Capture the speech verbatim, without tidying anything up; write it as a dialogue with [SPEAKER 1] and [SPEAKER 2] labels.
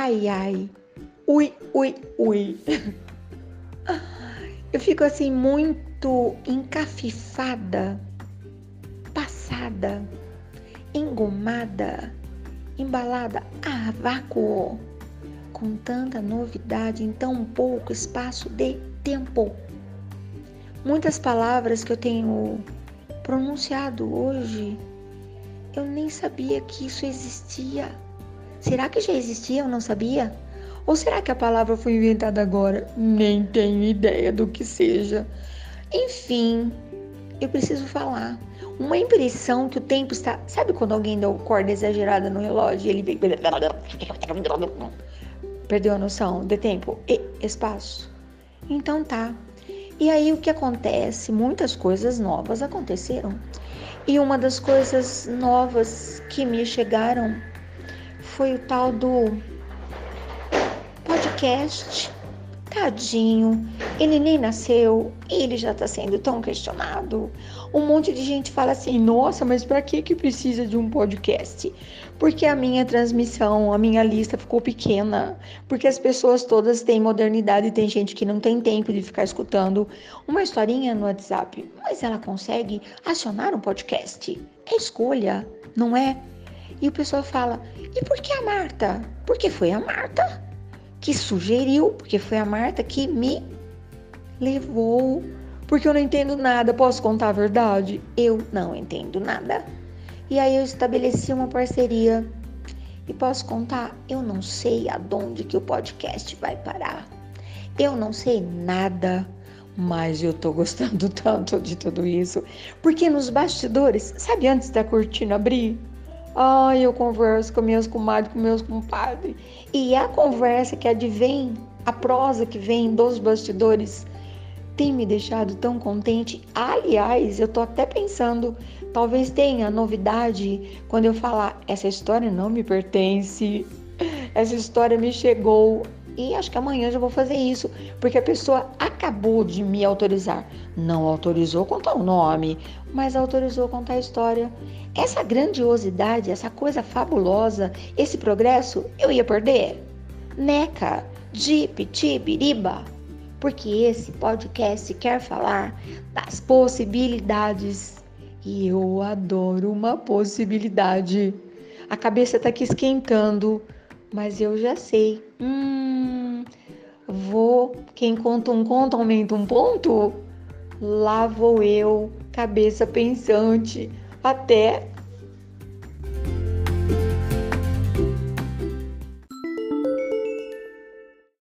[SPEAKER 1] ai, ai, ui, ui, ui. Eu fico assim muito encafifada, passada, engomada, embalada a vácuo, com tanta novidade em tão pouco espaço de tempo. Muitas palavras que eu tenho pronunciado hoje, eu nem sabia que isso existia. Será que já existia? Eu não sabia? Ou será que a palavra foi inventada agora? Nem tenho ideia do que seja. Enfim, eu preciso falar. Uma impressão que o tempo está... Sabe quando alguém dá uma corda exagerada no relógio e ele vem... Perdeu a noção de tempo e espaço? Então tá. E aí o que acontece? Muitas coisas novas aconteceram. E uma das coisas novas que me chegaram foi o tal do podcast. Tadinho, ele nem nasceu, ele já está sendo tão questionado. Um monte de gente fala assim, nossa, mas para que que precisa de um podcast? Porque a minha transmissão, a minha lista ficou pequena, porque as pessoas todas têm modernidade e tem gente que não tem tempo de ficar escutando uma historinha no WhatsApp, mas ela consegue acionar um podcast. É escolha, não é? E o pessoal fala, e por que a Marta? Porque foi a Marta que sugeriu, porque foi a Marta que me levou, porque eu não entendo nada. Posso contar a verdade? Eu não entendo nada. E aí eu estabeleci uma parceria. E posso contar? Eu não sei aonde que o podcast vai parar. Eu não sei nada, mas eu tô gostando tanto de tudo isso. Porque nos bastidores, sabe antes da cortina abrir? Ai, eu converso com minhas comadres, com meus compadres. E a conversa que advém, a prosa que vem dos bastidores, tem me deixado tão contente. Aliás, eu tô até pensando, talvez tenha novidade quando eu falar, essa história não me pertence, essa história me chegou. E acho que amanhã já vou fazer isso, porque a pessoa acabou de me autorizar. Não autorizou contar o nome, mas autorizou contar a história. Essa grandiosidade, essa coisa fabulosa, esse progresso, eu ia perder? Neca, Jeep, Tibiriba. Porque esse podcast quer falar das possibilidades. E eu adoro uma possibilidade. A cabeça tá aqui esquentando, mas eu já sei. Hum, vou. Quem conta um conto aumenta um ponto? Lá vou eu, cabeça pensante. Até